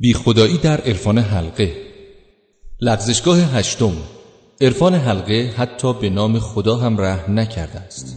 بیخدایی در عرفان حلقه. لغزشگاه هشتم. عرفان حلقه حتی به نام خدا هم رحم نکرده است.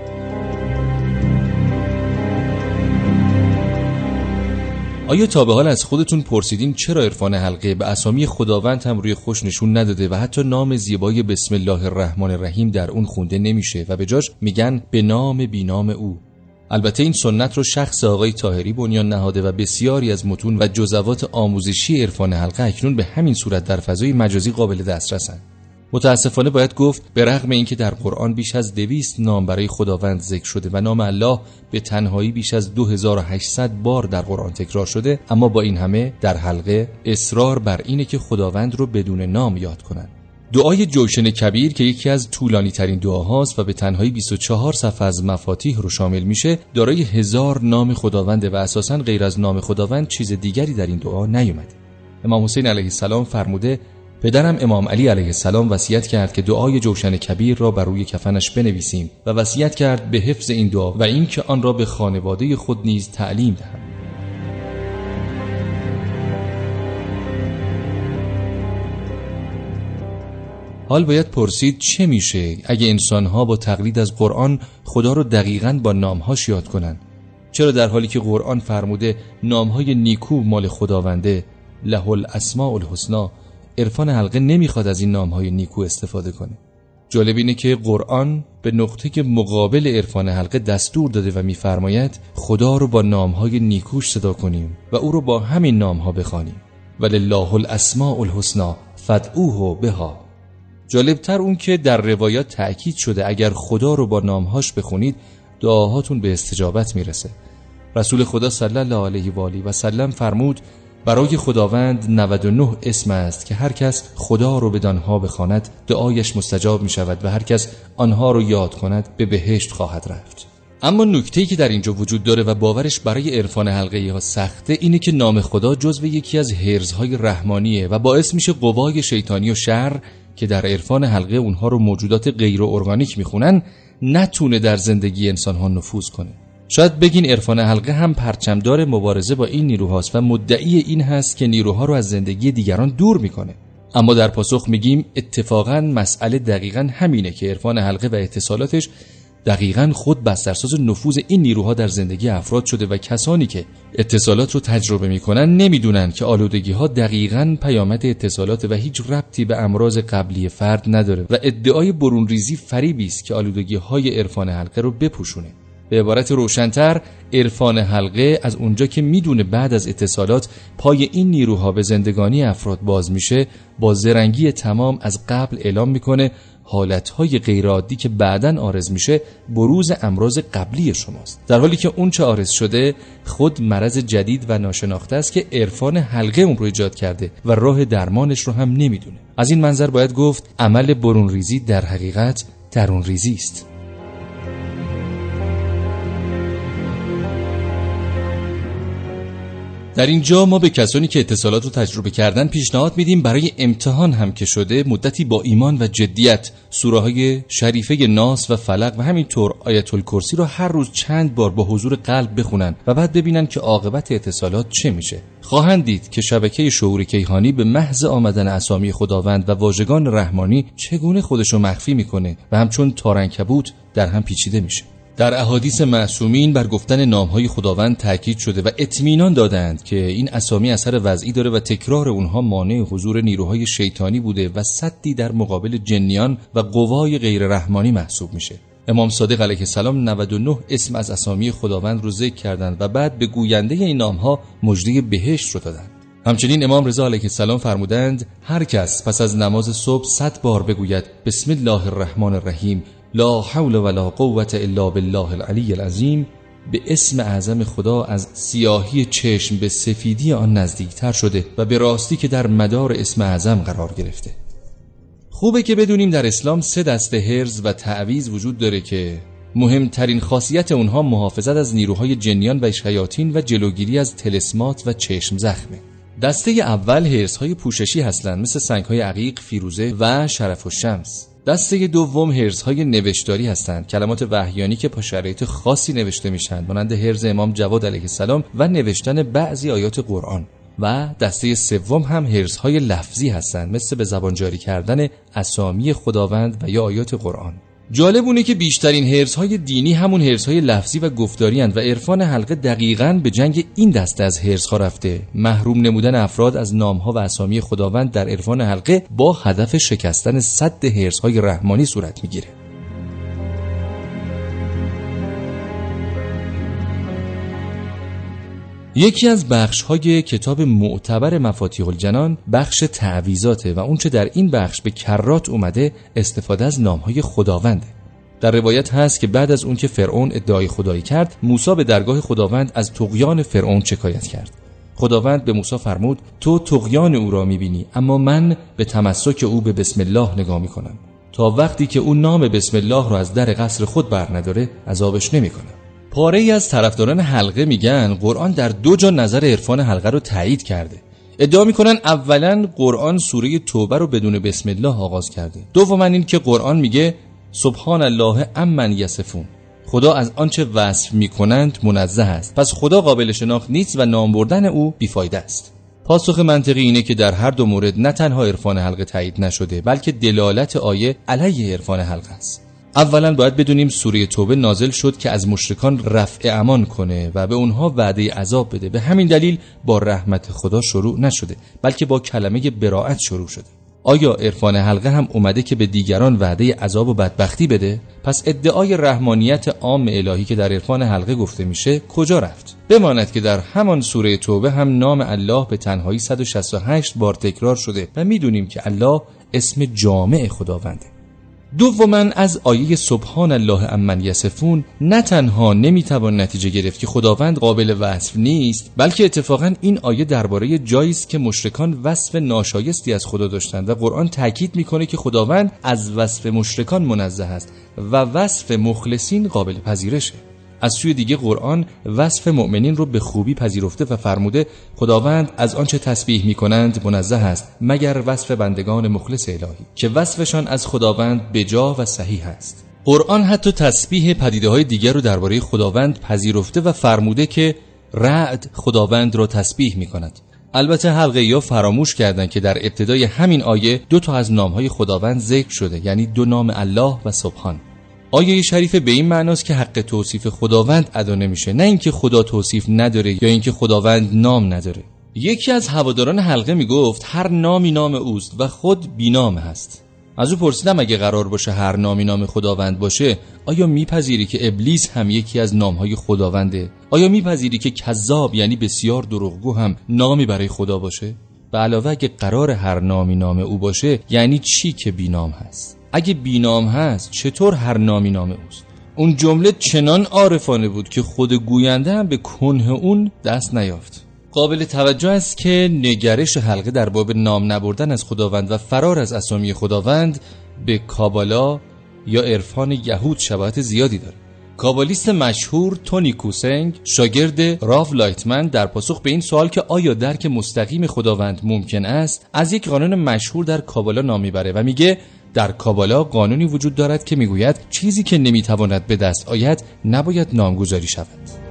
آیا تا به حال از خودتون پرسیدین چرا عرفان حلقه به اسامی خداوند هم روی خوش نشون نداده و حتی نام زیبای بسم الله الرحمن الرحیم در اون خونده نمیشه و به جاش میگن به نام بی نام او؟ البته این سنت رو شخص آقای طاهری بنیان نهاده و بسیاری از متون و جزوات آموزشی عرفان حلقه اکنون به همین صورت در فضای مجازی قابل دسترسن. متاسفانه باید گفت به رغم اینکه در قرآن بیش از 200 نام برای خداوند ذکر شده و نام الله به تنهایی بیش از 2800 بار در قرآن تکرار شده، اما با این همه در حلقه اصرار بر اینه که خداوند رو بدون نام یاد کنن. دعای جوشن کبیر که یکی از طولانی ترین دعاهاست و به تنهایی 24 صفحه از مفاتیح رو شامل میشه، دارای 1000 نام خداونده و اساساً غیر از نام خداوند چیز دیگری در این دعا نیومده. امام حسین علیه السلام فرموده پدرم امام علی علیه السلام وصیت کرد که دعای جوشن کبیر را بر روی کفنش بنویسیم و وصیت کرد به حفظ این دعا و اینکه آن را به خانواده خود نیز تعلیم دهم. حال باید پرسید چه میشه اگه انسان‌ها با تقلید از قرآن خدا رو دقیقاً با نام‌هاش یاد کنن؟ چرا در حالی که قرآن فرموده نام‌های نیکو مال خداونده، له الاسماء الحسنا، عرفان حلقه نمیخواد از این نام‌های نیکو استفاده کنه؟ جالب اینه که قرآن به نقطه مقابل عرفان حلقه دستور داده و میفرماید خدا رو با نام‌های نیکوش صدا کنیم و او رو با همین نام‌ها بخوانیم. ولله الاسماء الحسنا فادعوه بها. جالبتر اون که در روایات تأکید شده اگر خدا رو با نامهاش بخونید دعاهاتون به استجابت میرسه. رسول خدا صلی الله علیه و آله و سلم فرمود برای خداوند 99 اسم است که هر کس خدا رو بدانها بخواند دعایش مستجاب می شود و هر کس آنها رو یاد کند به بهشت خواهد رفت. اما نکته‌ای که در اینجا وجود داره و باورش برای عرفان حلقه‌ای ها سخته اینه که نام خدا جزو یکی از حرزهای رحمانیه و باعث میشه قوای شیطانی و شر که در عرفان حلقه اونها رو موجودات غیر ارگانیک میخونن نتونه در زندگی انسانها نفوذ کنه. شاید بگین عرفان حلقه هم پرچمدار مبارزه با این نیروهاست و مدعی این هست که نیروها رو از زندگی دیگران دور میکنه. اما در پاسخ میگیم اتفاقاً مسئله دقیقاً همینه که عرفان حلقه و اتصالاتش دقیقاً خود بسترساز نفوذ این نیروها در زندگی افراد شده و کسانی که اتصالات رو تجربه میکنن نمیدونن که آلودگی ها دقیقاً پیامد اتصالات و هیچ ربطی به امراض قبلی فرد نداره و ادعای برون ریزی فریبی است که آلودگی های عرفان حلقه رو بپوشونه. به عبارت روشن‌تر، عرفان حلقه از اونجا که میدونه بعد از اتصالات پای این نیروها به زندگانی افراد باز میشه، با زرنگی تمام از قبل اعلام میکنه حالتهای غیرعادی که بعداً عارض میشه بروز امراض قبلی شماست، در حالی که اون چه عارض شده خود مرض جدید و ناشناخته است که عرفان حلقه اون رو ایجاد کرده و راه درمانش رو هم نمیدونه. از این منظر باید گفت عمل برون ریزی در حقیقت درون ریزی است. در اینجا ما به کسانی که اتصالات رو تجربه کردن پیشنهاد میدیم برای امتحان هم که شده مدتی با ایمان و جدیت سوره‌های شریفه ناس و فلق و همینطور آیت الکرسی رو هر روز چند بار با حضور قلب بخونن و بعد ببینن که عاقبت اتصالات چه میشه. خواهند دید که شبکه شعور کیهانی به محض آمدن اسامی خداوند و واژگان رحمانی چگونه خودشو مخفی میکنه و همچون تارعنکبوت در هم پیچیده میشه. در احادیث معصومین بر گفتن نامهای خداوند تاکید شده و اطمینان دادند که این اسامی اثر وضعی داره و تکرار اونها مانع حضور نیروهای شیطانی بوده و سدی در مقابل جنیان و قوای غیر رحمانی محسوب میشه. امام صادق علیه السلام 99 اسم از اسامی خداوند رو ذکر کردند و بعد به گوینده این نامها مژده بهشت رو دادند. همچنین امام رضا علیه السلام فرمودند هر کس پس از نماز صبح 100 بار بگوید بسم الله الرحمن الرحیم لا حول ولا قوة الا بالله العلی العظیم، به اسم اعظم خدا از سیاهی چشم به سفیدی آن نزدیکتر شده و به راستی که در مدار اسم اعظم قرار گرفته. خوبه که بدونیم در اسلام 3 دسته حرز و تعویذ وجود داره که مهمترین خاصیت اونها محافظت از نیروهای جنیان و شیاطین و جلوگیری از طلسمات و چشم زخمه. دسته اول حرزهای پوششی هستند مثل سنگ‌های عقیق، فیروزه و شرف الشمس. دسته دوم حرزهای نوشتاری هستند، کلمات وحیانی که با شرایط خاصی نوشته میشن، مانند حرز امام جواد علیه السلام و نوشتن بعضی آیات قرآن. و دسته سوم هم حرص‌های لفظی هستند، مثل به زبان جاری کردن اسامی خداوند و یا آیات قرآن. جالب اونه که بیشترین حرص‌های دینی همون حرص‌های لفظی و گفتاری هستند و عرفان حلقه دقیقاً به جنگ این دسته از حرص‌ها رفته. محروم نمودن افراد از نام‌ها و اسامی خداوند در عرفان حلقه با هدف شکستن سد حرص‌های رحمانی صورت می‌گیره. یکی از بخش‌های کتاب معتبر مفاتیح الجنان بخش تعویذاته و اونچه در این بخش به کرات اومده استفاده از نام‌های خداونده. در روایت هست که بعد از اون که فرعون ادعای خدایی کرد، موسی به درگاه خداوند از طغیان فرعون شکایت کرد. خداوند به موسی فرمود تو طغیان او را می‌بینی، اما من به تمسک او به بسم الله نگاه می‌کنم. تا وقتی که او نام بسم الله را از در قصر خود برنداره عذابش نمی‌کنم. پاره‌ای از طرفداران حلقه میگن قرآن در 2 جا نظر عرفان حلقه رو تایید کرده. ادعا میکنن اولا قرآن سوره توبه رو بدون بسم الله آغاز کرده. دوما این که قرآن میگه سبحان الله عمن یصفون، خدا از آنچه وصف میکنند منزه است، پس خدا قابل شناخت نیست و نام بردن او بیفایده است. پاسخ منطقی اینه که در هر دو مورد نه تنها عرفان حلقه تایید نشده، بلکه دلالت آیه علیه عرفان حلقه است. اولا باید بدونیم سوره توبه نازل شد که از مشرکان رفع امان کنه و به اونها وعده عذاب بده. به همین دلیل با رحمت خدا شروع نشده، بلکه با کلمه براءت شروع شده. آیا عرفان حلقه هم اومده که به دیگران وعده عذاب و بدبختی بده؟ پس ادعای رحمانیت عام الهی که در عرفان حلقه گفته میشه کجا رفت؟ بماند که در همان سوره توبه هم نام الله به تنهایی 168 بار تکرار شده و میدونیم که الله اسم جامع خداونده. دوما از آیه سبحان الله عمن یصفون نه تنها نمیتوان نتیجه گرفت که خداوند قابل وصف نیست، بلکه اتفاقا این آیه درباره جایی است که مشرکان وصف ناشایستی از خدا داشتند و قرآن تاکید میکنه که خداوند از وصف مشرکان منزه است و وصف مخلصین قابل پذیرشه. از سوی دیگه قرآن وصف مؤمنین رو به خوبی پذیرفته و فرموده خداوند از آنچه تسبیح می‌کنند منزه است مگر وصف بندگان مخلص الهی که وصفشان از خداوند بجا و صحیح است. قرآن حتی تسبیح پدیده‌های دیگر رو درباره خداوند پذیرفته و فرموده که رعد خداوند را تسبیح می‌کند. البته حلقه‌ای‌ها فراموش کردند که در ابتدای همین آیه 2 از نام‌های خداوند ذکر شده، یعنی 2 نام الله و سبحان. آیه شریفه به این معناست که حق توصیف خداوند ادا نمیشه، نه اینکه خدا توصیف نداره یا اینکه خداوند نام نداره. یکی از هواداران حلقه میگفت هر نامی نام اوست و خود بی‌نام هست. از او پرسیدم اگه قرار باشه هر نامی نام خداوند باشه، آیا میپذیری که ابلیس هم یکی از نامهای خداونده؟ آیا میپذیری که کذاب یعنی بسیار دروغگو هم نامی برای خدا باشه؟ به علاوه اگه قرار هر نامی نام او باشه یعنی چی که بی‌نام هست؟ اگه بی‌نام هست چطور هر نامی نام اوست؟ اون جمله چنان عارفانه بود که خود گوینده هم به کنه اون دست نیافت. قابل توجه است که نگرش حلقه در باب نام نبردن از خداوند و فرار از اسامی خداوند به کابالا یا عرفان یهود شباهت زیادی داره. کابالیست مشهور تونی کوسنگ شاگرد راف لایتمن در پاسخ به این سوال که آیا درک مستقیم خداوند ممکن است از یک قانون مشهور در کابالا نام میبره و میگه در کابالا قانونی وجود دارد که میگوید چیزی که نمیتواند به دست آید نباید نامگذاری شود.